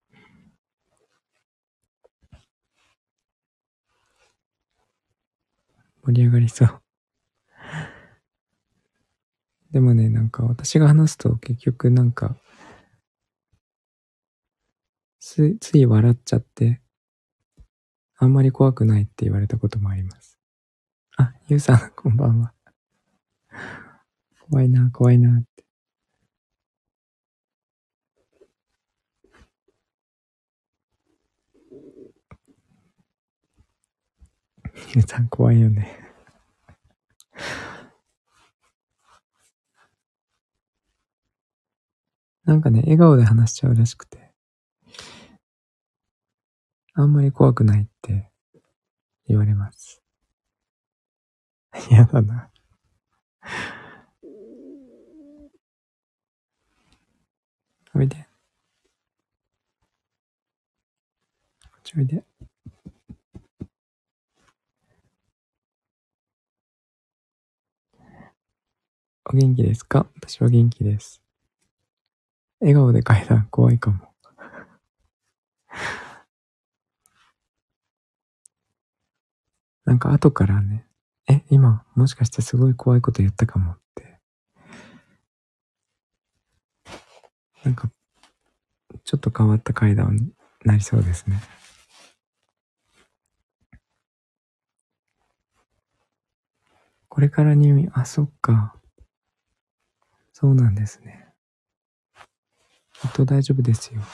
盛り上がりそう。でもね、なんか私が話すと結局なんか、つ、つい笑っちゃって、あんまり怖くないって言われたこともあります。あ、ゆうさん、こんばんは。怖いな、怖いなって。ゆうさん、怖いよね。なんかね、笑顔で話しちゃうらしくて、あんまり怖くないって言われます。やだな。おいで。こっちおいで。お元気ですか？私は元気です。笑顔で階段怖いかも。なんか後からね、え、今もしかしてすごい怖いこと言ったかもって。なんかちょっと変わった階段になりそうですね。これから入院、あ、そっか。そうなんですね。きっと大丈夫ですよ。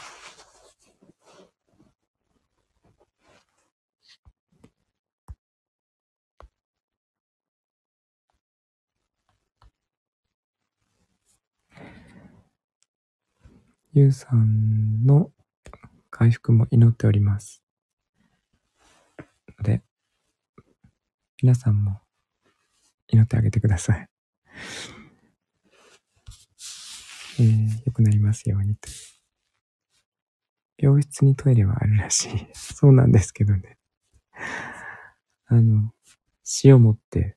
ゆうさんの回復も祈っておりますので、皆さんも祈ってあげてください。えー、良くなりますようにと。病室にトイレはあるらしい。そうなんですけどね。あの、塩持って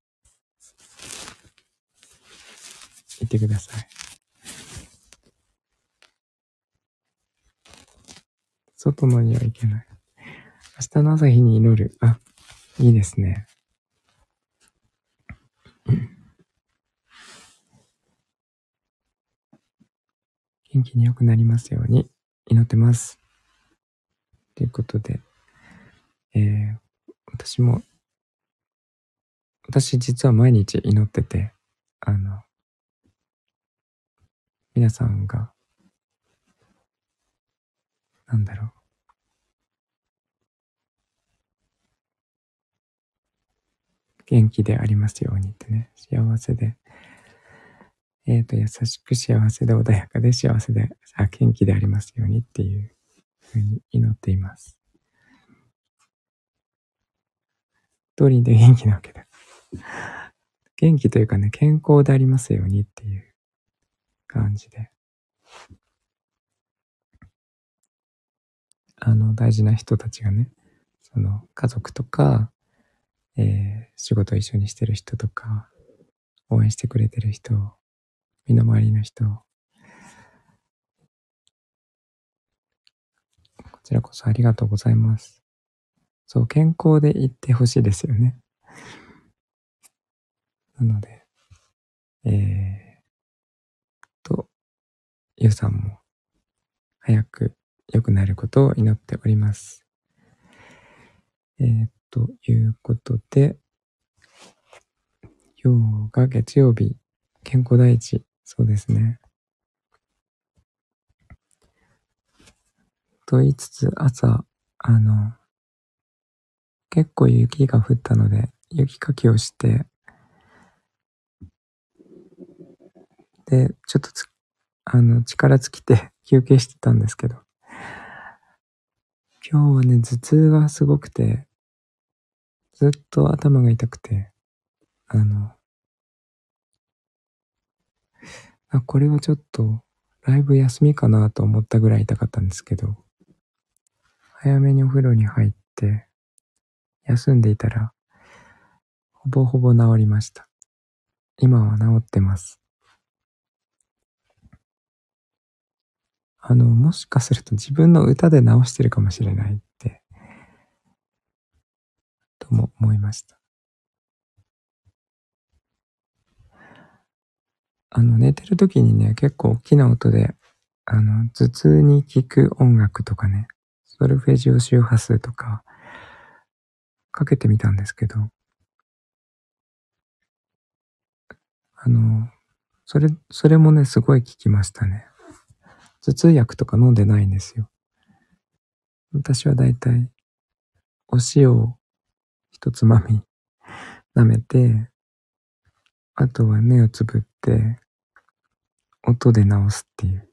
行ってください。外のには行けない。明日の朝日に祈る。あ、いいですね。元気に良くなりますように祈ってます。ということで、えー、私も、私実は毎日祈ってて、あの、皆さんが、なんだろう、元気でありますようにってね、幸せで、えっと、優しく幸せで穏やかで幸せで、あ、元気でありますようにっていうふうに祈っています。通りで元気なわけだ。元気というかね、健康でありますようにっていう感じで。あの、大事な人たちがね、その家族とか、えー、仕事を一緒にしてる人とか、応援してくれてる人、身の回りの人、こちらこそありがとうございます。そう、健康でいってほしいですよね。なので、えーと、ゆうさんも早く良くなることを祈っております。えー、ということで、今日が月曜日、健康第一、そうですね。と言いつつ、朝、あの、結構雪が降ったので、雪かきをして、で、ちょっとつ、あの、力尽きて休憩してたんですけど、今日はね、頭痛がすごくて、ずっと頭が痛くて、あの、あ、これはちょっと、ライブ休みかなと思ったぐらい痛かったんですけど、早めにお風呂に入って、休んでいたら、ほぼほぼ治りました。今は治ってます。あの、もしかすると自分の歌で治してるかもしれないって、とも思いました。あの、寝てる時にね、結構大きな音で、あの、頭痛に効く音楽とかね、ソルフェジオ周波数とか、かけてみたんですけど、あの、それ、それもね、すごい効きましたね。頭痛薬とか飲んでないんですよ。私はだいたいお塩を一つまみ舐めて、あとは目をつぶって音で治すっていう。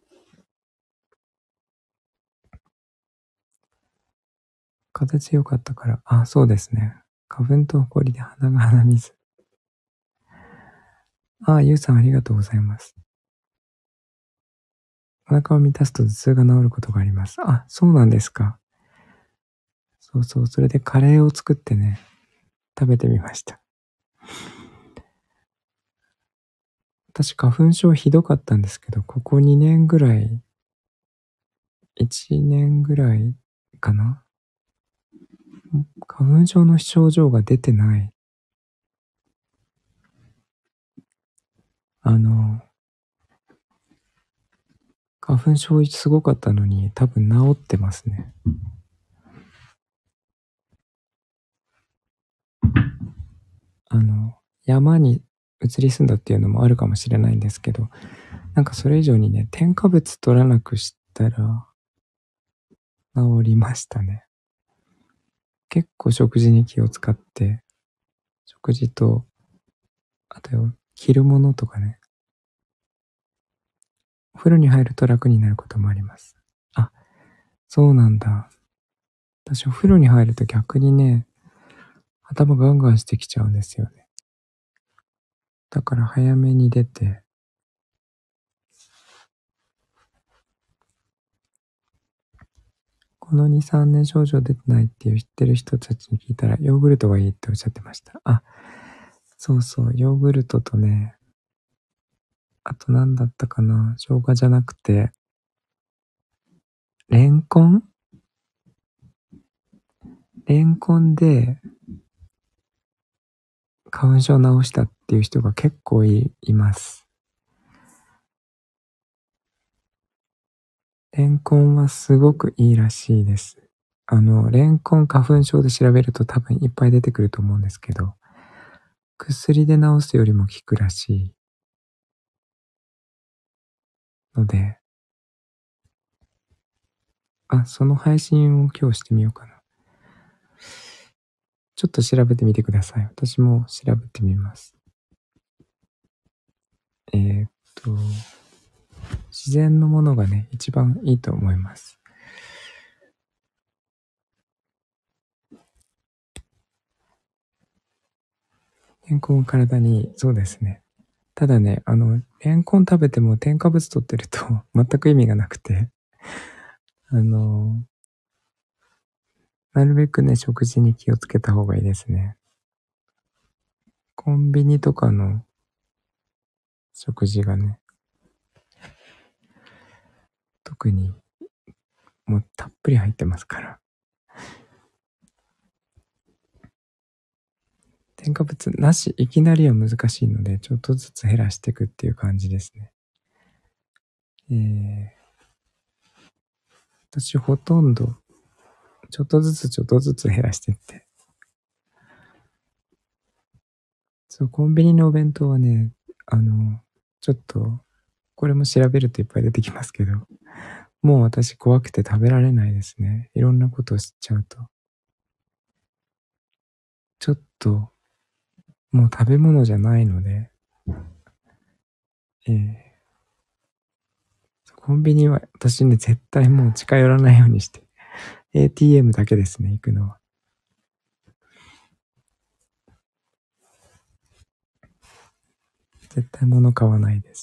形良かったから、あ、そうですね。花粉と埃で鼻が鼻水。あ、ゆうさんありがとうございます。お腹を満たすと頭痛が治ることがあります。あ、そうなんですか。そうそう、それでカレーを作ってね、食べてみました。私、花粉症ひどかったんですけど、ここにねんぐらい、いちねんぐらいかな。花粉症の症状が出てない。あの、花粉症すごかったのに多分治ってますね。あの、山に移り住んだっていうのもあるかもしれないんですけど、なんかそれ以上にね、添加物取らなくしたら治りましたね。結構食事に気を使って、食事と、あと着るものとかね、 風呂に入ると楽になることもあります。あ、そうなんだ。私お風呂に入ると逆にね、頭ガンガンしてきちゃうんですよね。だから早めに出て、このに、さんねん症状出てないっていう知ってる人たちに聞いたら、ヨーグルトがいいっておっしゃってました。あ、そうそう、ヨーグルトとね、あと何だったかな、生姜じゃなくて、レンコンレンコンで花粉症を治したっていう人が結構い、います。レンコンはすごくいいらしいです。あの、レンコン花粉症で調べると多分いっぱい出てくると思うんですけど、薬で治すよりも効くらしいので、あ、その配信を今日してみようかな。ちょっと調べてみてください。私も調べてみます。えー、っと、自然のものがね、一番いいと思います。レンコンは体にいい。そうですね。ただね、あの、レンコン食べても添加物取ってると全く意味がなくて、あの、なるべくね、食事に気をつけた方がいいですね。コンビニとかの食事がね、特にもうたっぷり入ってますから。添加物なし、いきなりは難しいので、ちょっとずつ減らしていくっていう感じですね。えー、私ほとんど、ちょっとずつちょっとずつ減らしていって。そう、コンビニのお弁当はね、あの、ちょっと、これも調べるといっぱい出てきますけど、もう私怖くて食べられないですね。いろんなことを知っちゃうと。ちょっと、もう食べ物じゃないので、えーコンビニは私ね、絶対もう近寄らないようにして、エーティーエム だけですね、行くのは。絶対物買わないです。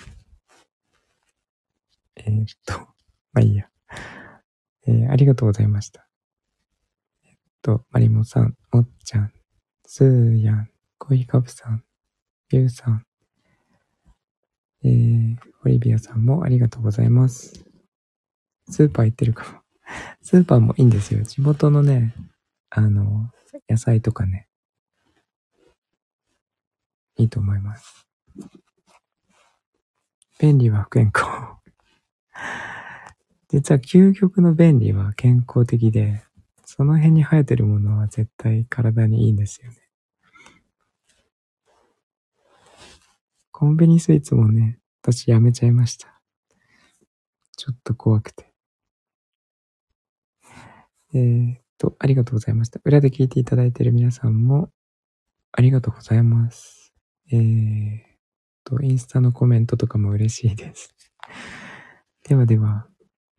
えー、っと、まあいいや。えー、ありがとうございました。えっと、マリモさん、もっちゃん、スーヤン、コーヒーカップさん、ユウさん、えー、オリビアさんもありがとうございます。スーパー行ってるかも。スーパーもいいんですよ。地元のね、あの、野菜とかね、いいと思います。便利は不健康。実は究極の便利は健康的で、その辺に生えてるものは絶対体にいいんですよね。コンビニスイーツもね、私やめちゃいました。ちょっと怖くて。えーっと、ありがとうございました。裏で聞いていただいている皆さんもありがとうございます。えーっと、インスタのコメントとかも嬉しいです。ではでは、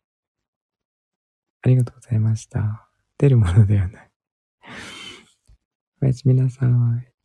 ありがとうございました。出るものではない。おやすみなさい。